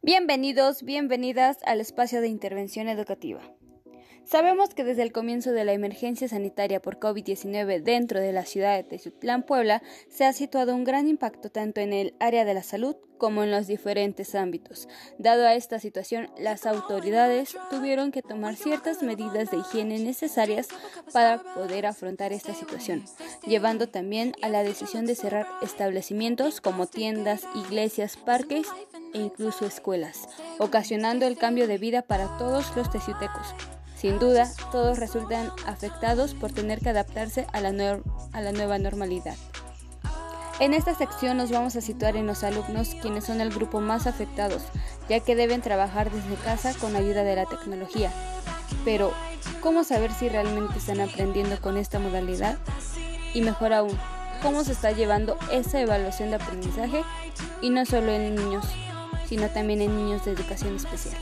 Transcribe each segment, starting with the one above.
Bienvenidos, bienvenidas al espacio de intervención educativa. Sabemos que desde el comienzo de la emergencia sanitaria por COVID-19 dentro de la ciudad de Teciutlán, Puebla, se ha situado un gran impacto tanto en el área de la salud como en los diferentes ámbitos. Dado a esta situación, las autoridades tuvieron que tomar ciertas medidas de higiene necesarias para poder afrontar esta situación, llevando también a la decisión de cerrar establecimientos como tiendas, iglesias, parques e incluso escuelas, ocasionando el cambio de vida para todos los teciutecos. Sin duda, todos resultan afectados por tener que adaptarse a la nueva normalidad. En esta sección nos vamos a situar en los alumnos, quienes son el grupo más afectados, ya que deben trabajar desde casa con ayuda de la tecnología. Pero, ¿cómo saber si realmente están aprendiendo con esta modalidad? Y mejor aún, ¿cómo se está llevando esa evaluación de aprendizaje? Y no solo en niños, sino también en niños de educación especial.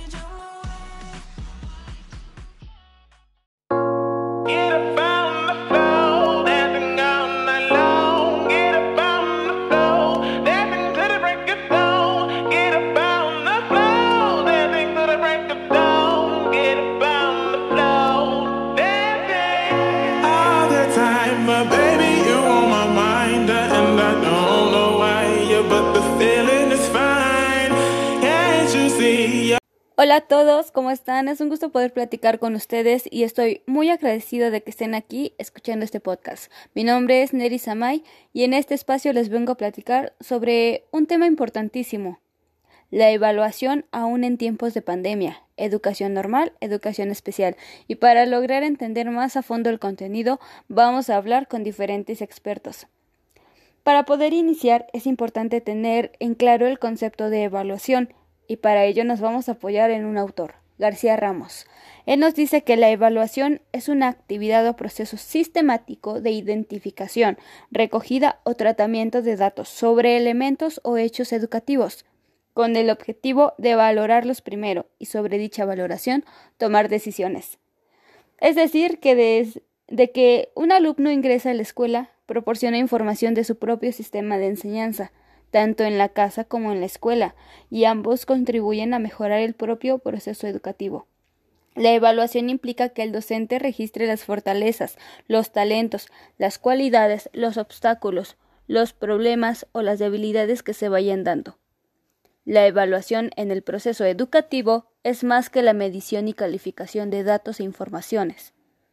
Hola a todos, ¿cómo están? Es un gusto poder platicar con ustedes y estoy muy agradecida de que estén aquí escuchando este podcast. Mi nombre es Neri Samay y en este espacio les vengo a platicar sobre un tema importantísimo: la evaluación aún en tiempos de pandemia, educación normal, educación especial. Y para lograr entender más a fondo el contenido, vamos a hablar con diferentes expertos. Para poder iniciar es importante tener en claro el concepto de evaluación, y para ello nos vamos a apoyar en un autor, García Ramos. Él nos dice que la evaluación es una actividad o proceso sistemático de identificación, recogida o tratamiento de datos sobre elementos o hechos educativos, con el objetivo de valorarlos primero y sobre dicha valoración tomar decisiones. Es decir, que desde que un alumno ingresa a la escuela, proporciona información de su propio sistema de enseñanza, tanto en la casa como en la escuela, y ambos contribuyen a mejorar el propio proceso educativo. La evaluación implica que el docente registre las fortalezas, los talentos, las cualidades, los obstáculos, los problemas o las debilidades que se vayan dando. La evaluación en el proceso educativo es más que la medición y calificación de datos e informaciones.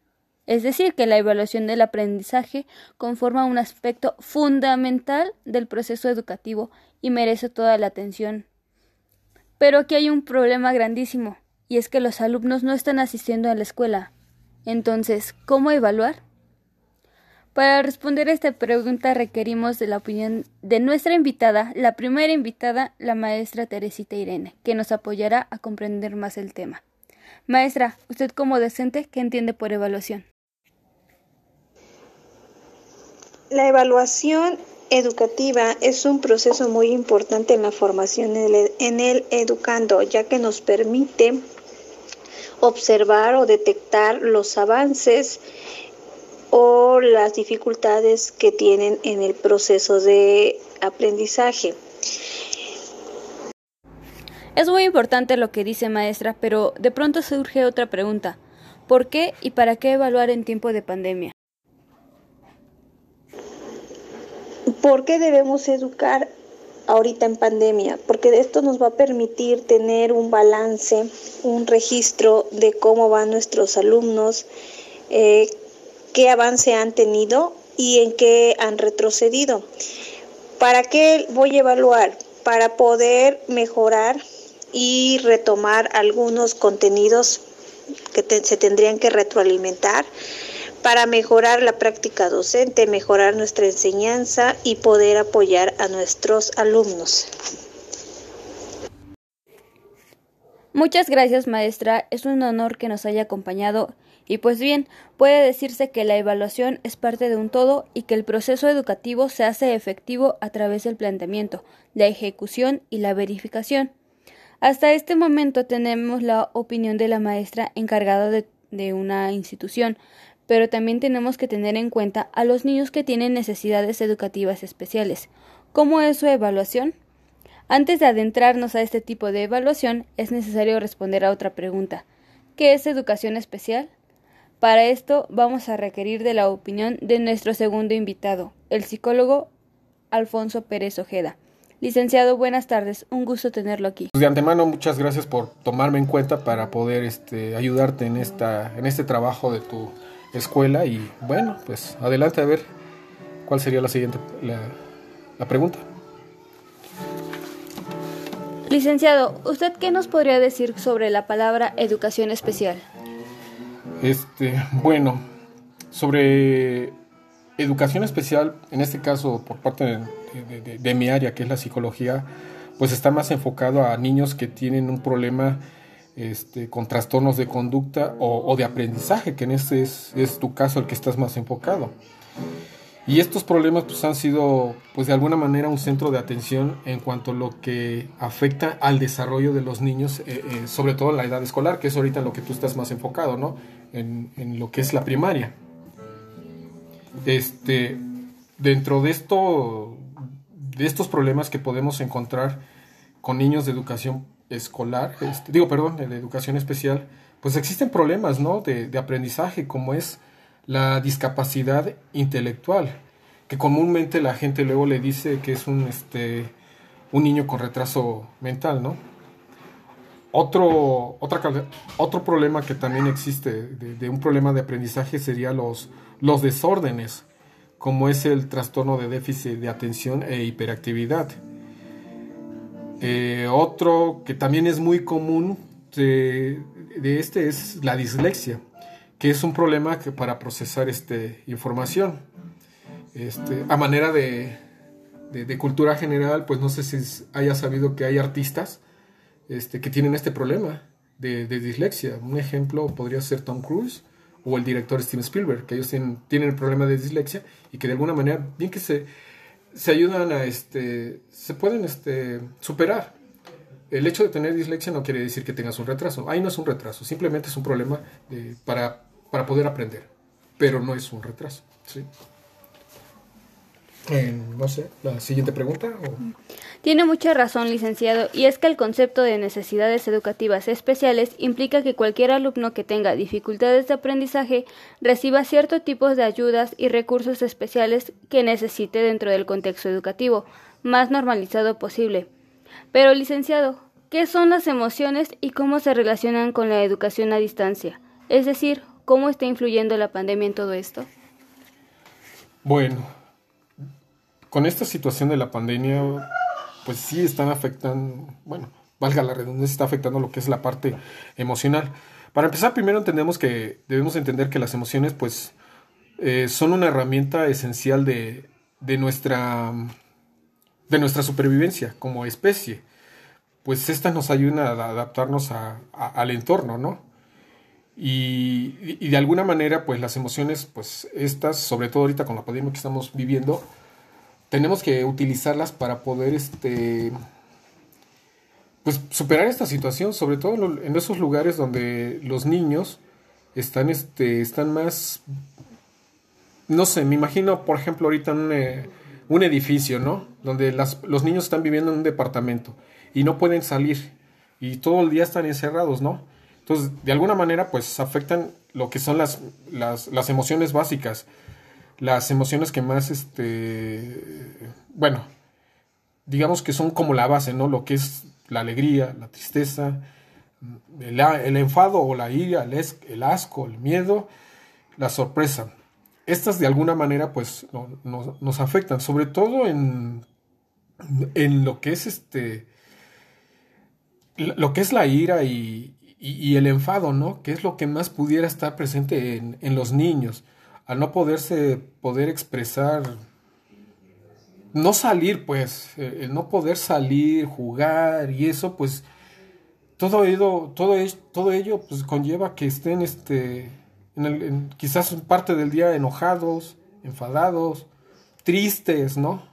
Es decir, que la evaluación del aprendizaje conforma un aspecto fundamental del proceso educativo y merece toda la atención. Pero aquí hay un problema grandísimo, y es que los alumnos no están asistiendo a la escuela. Entonces, ¿cómo evaluar? Para responder a esta pregunta requerimos de la opinión de nuestra invitada, la primera invitada, la maestra Teresita Irene, que nos apoyará a comprender más el tema. Maestra, usted como docente, ¿qué entiende por evaluación? La evaluación educativa es un proceso muy importante en la formación en el educando, ya que nos permite observar o detectar los avances o las dificultades que tienen en el proceso de aprendizaje. Es muy importante lo que dice, maestra, pero de pronto surge otra pregunta: ¿por qué y para qué evaluar en tiempo de pandemia? ¿Por qué debemos educar ahorita en pandemia? Porque esto nos va a permitir tener un balance, un registro de cómo van nuestros alumnos, qué avance han tenido y en qué han retrocedido. ¿Para qué voy a evaluar? Para poder mejorar y retomar algunos contenidos que se tendrían que retroalimentar, para mejorar la práctica docente, mejorar nuestra enseñanza y poder apoyar a nuestros alumnos. Muchas gracias, maestra. Es un honor que nos haya acompañado. Y pues bien, puede decirse que la evaluación es parte de un todo y que el proceso educativo se hace efectivo a través del planteamiento, la ejecución y la verificación. Hasta este momento tenemos la opinión de la maestra encargada de una institución, pero también tenemos que tener en cuenta a los niños que tienen necesidades educativas especiales. ¿Cómo es su evaluación? Antes de adentrarnos a este tipo de evaluación, es necesario responder a otra pregunta. ¿Qué es educación especial? Para esto vamos a requerir de la opinión de nuestro segundo invitado, el psicólogo Alfonso Pérez Ojeda. Licenciado, buenas tardes, un gusto tenerlo aquí. De antemano, muchas gracias por tomarme en cuenta para poder ayudarte en este trabajo de tu escuela. Y bueno, pues adelante a ver cuál sería la siguiente la pregunta. Licenciado, ¿usted qué nos podría decir sobre la palabra educación especial? Bueno, sobre educación especial, en este caso por parte de mi área, que es la psicología, pues está más enfocado a niños que tienen un problema con trastornos de conducta o de aprendizaje, que en este es tu caso el que estás más enfocado. Y estos problemas pues han sido pues de alguna manera un centro de atención en cuanto a lo que afecta al desarrollo de los niños, sobre todo en la edad escolar, que es ahorita en lo que tú estás más enfocado, ¿no? En lo que es la primaria. Dentro de estos problemas que podemos encontrar con niños de educación escolar, de educación especial, pues existen problemas, ¿no? de aprendizaje, como es la discapacidad intelectual, que comúnmente la gente luego le dice que es un niño con retraso mental, ¿no? Otro problema que también existe de un problema de aprendizaje sería los desórdenes, como es el trastorno de déficit de atención e hiperactividad. Otro que también es muy común es la dislexia, que es un problema para procesar información. A manera de cultura general, pues no sé si hayas sabido que hay artistas que tienen este problema de dislexia. Un ejemplo podría ser Tom Cruise o el director Steven Spielberg, que ellos tienen el problema de dislexia y que de alguna manera, bien que se ayudan se pueden superar. El hecho de tener dislexia no quiere decir que tengas un retraso. Ahí no es un retraso, simplemente es un problema para poder aprender, pero no es un retraso, ¿sí? No sé, la siguiente pregunta. Tiene mucha razón, licenciado, y es que el concepto de necesidades educativas especiales implica que cualquier alumno que tenga dificultades de aprendizaje reciba ciertos tipos de ayudas y recursos especiales que necesite dentro del contexto educativo más normalizado posible. Pero, licenciado, ¿qué son las emociones y cómo se relacionan con la educación a distancia? Es decir, ¿cómo está influyendo la pandemia en todo esto? Bueno, con esta situación de la pandemia, pues sí están afectando, valga la redundancia, está afectando lo que es la parte emocional. Para empezar, primero debemos entender que las emociones, pues, son una herramienta esencial de nuestra supervivencia como especie. Pues estas nos ayudan a adaptarnos al entorno, ¿no? Y de alguna manera, pues las emociones, pues estas, sobre todo ahorita con la pandemia que estamos viviendo, tenemos que utilizarlas para poder pues superar esta situación, sobre todo en esos lugares donde los niños están más, no sé, me imagino, por ejemplo, ahorita en un edificio, ¿no? Donde los niños están viviendo en un departamento y no pueden salir y todo el día están encerrados, ¿no? Entonces, de alguna manera, pues afectan lo que son las emociones básicas, las emociones que más, digamos que son como la base, ¿no? Lo que es la alegría, la tristeza, el enfado o la ira, el asco, el miedo, la sorpresa. Estas de alguna manera, pues, nos afectan, sobre todo en lo que es lo que es la ira y el enfado, ¿no? Que es lo que más pudiera estar presente en los niños. Al no poder expresar, no salir, pues, el no poder salir, jugar y eso, pues, todo ello pues, conlleva que estén, quizás parte del día enojados, enfadados, tristes, ¿no?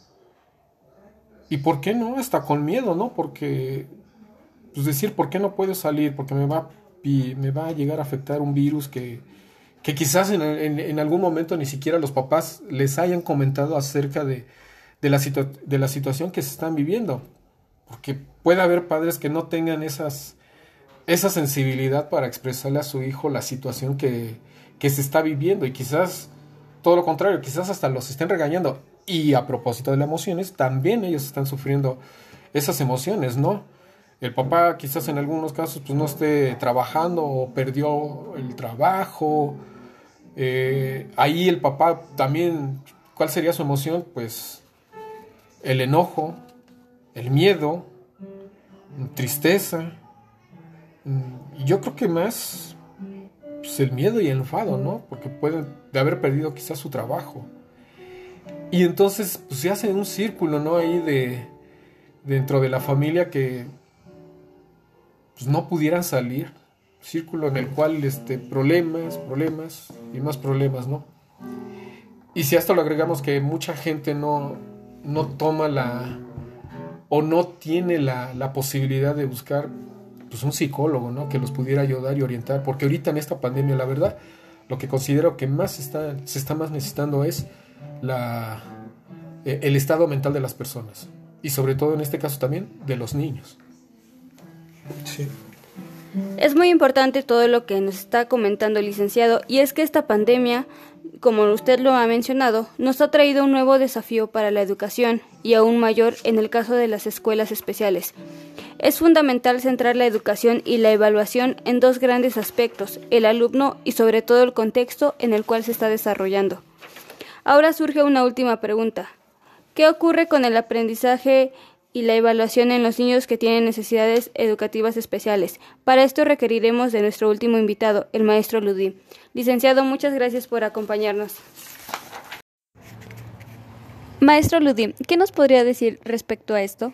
Y por qué no, hasta con miedo, ¿no? Porque, pues decir, ¿por qué no puedo salir? Porque me va a llegar a afectar un virus que quizás en algún momento ni siquiera los papás les hayan comentado acerca de la situación que se están viviendo. porque puede haber padres que no tengan esa sensibilidad para expresarle a su hijo la situación que se está viviendo, y quizás todo lo contrario, quizás hasta los estén regañando. Y a propósito de las emociones, también ellos están sufriendo esas emociones, ¿no? El papá quizás en algunos casos pues no esté trabajando o perdió el trabajo. Ahí el papá también, ¿cuál sería su emoción? Pues el enojo, el miedo, tristeza. Y yo creo que más pues el miedo y el enfado, ¿no? Porque pueden de haber perdido quizás su trabajo. Y entonces pues se hace un círculo, ¿no? Ahí dentro de la familia que pues no pudieran salir. Círculo en el cual problemas y más problemas, ¿no? Y si a esto le agregamos que mucha gente no toma o no tiene la posibilidad de buscar pues un psicólogo, ¿no? Que los pudiera ayudar y orientar, porque ahorita en esta pandemia, la verdad, lo que considero que más se está más necesitando es el estado mental de las personas, y sobre todo en este caso también de los niños. Sí. Es muy importante todo lo que nos está comentando el licenciado, y es que esta pandemia, como usted lo ha mencionado, nos ha traído un nuevo desafío para la educación, y aún mayor en el caso de las escuelas especiales. Es fundamental centrar la educación y la evaluación en dos grandes aspectos: el alumno y sobre todo el contexto en el cual se está desarrollando. Ahora surge una última pregunta: ¿qué ocurre con el aprendizaje y la evaluación en los niños que tienen necesidades educativas especiales? Para esto requeriremos de nuestro último invitado, el maestro Ludí. Licenciado, muchas gracias por acompañarnos. Maestro Ludí, ¿qué nos podría decir respecto a esto?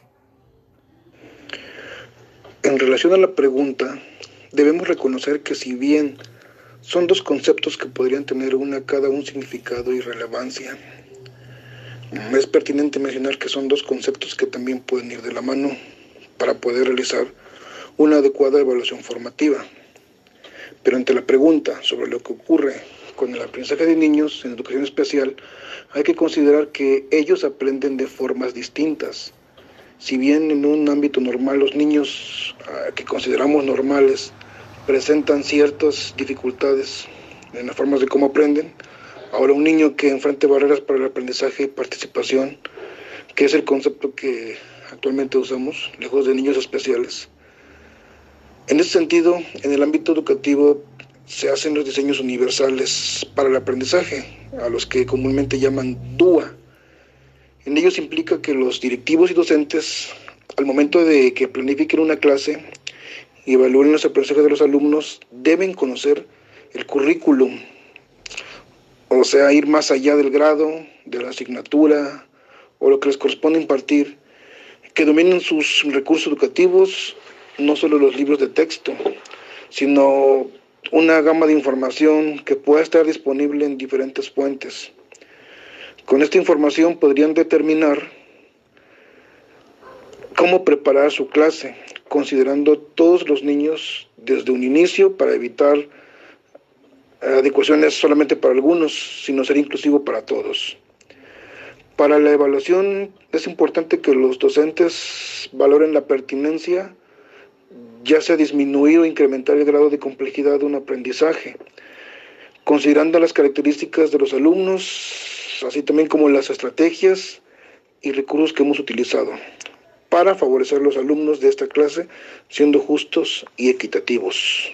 En relación a la pregunta, debemos reconocer que si bien son dos conceptos que podrían tener cada un significado y relevancia, es pertinente mencionar que son dos conceptos que también pueden ir de la mano para poder realizar una adecuada evaluación formativa. Pero ante la pregunta sobre lo que ocurre con el aprendizaje de niños en educación especial, hay que considerar que ellos aprenden de formas distintas. Si bien en un ámbito normal los niños que consideramos normales presentan ciertas dificultades en las formas de cómo aprenden, ahora un niño que enfrente barreras para el aprendizaje y participación, que es el concepto que actualmente usamos, lejos de niños especiales. En ese sentido, en el ámbito educativo se hacen los diseños universales para el aprendizaje, a los que comúnmente llaman DUA. En ellos implica que los directivos y docentes, al momento de que planifiquen una clase y evalúen los aprendizajes de los alumnos, deben conocer el currículum, o sea, ir más allá del grado, de la asignatura o lo que les corresponde impartir, que dominen sus recursos educativos, no solo los libros de texto, sino una gama de información que pueda estar disponible en diferentes fuentes. Con esta información podrían determinar cómo preparar su clase, considerando todos los niños desde un inicio para evitar adecuaciones solamente para algunos, sino ser inclusivo para todos. Para la evaluación es importante que los docentes valoren la pertinencia, ya sea disminuir o incrementar el grado de complejidad de un aprendizaje, considerando las características de los alumnos, así también como las estrategias y recursos que hemos utilizado para favorecer a los alumnos de esta clase, siendo justos y equitativos.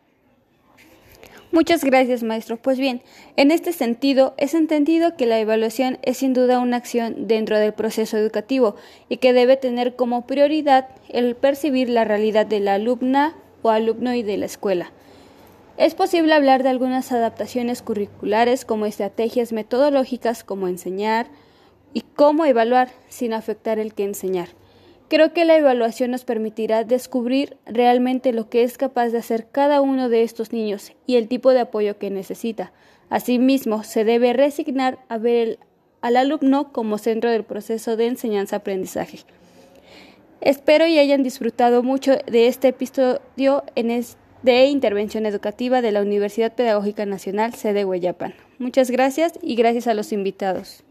Muchas gracias, maestro. Pues bien, en este sentido, es entendido que la evaluación es sin duda una acción dentro del proceso educativo y que debe tener como prioridad el percibir la realidad de la alumna o alumno y de la escuela. Es posible hablar de algunas adaptaciones curriculares como estrategias metodológicas como enseñar y cómo evaluar sin afectar el que enseñar. Creo que la evaluación nos permitirá descubrir realmente lo que es capaz de hacer cada uno de estos niños y el tipo de apoyo que necesita. Asimismo, se debe resignar a ver al alumno como centro del proceso de enseñanza-aprendizaje. Espero y hayan disfrutado mucho de este episodio de Intervención Educativa de la Universidad Pedagógica Nacional, sede Hueyapan. Muchas gracias y gracias a los invitados.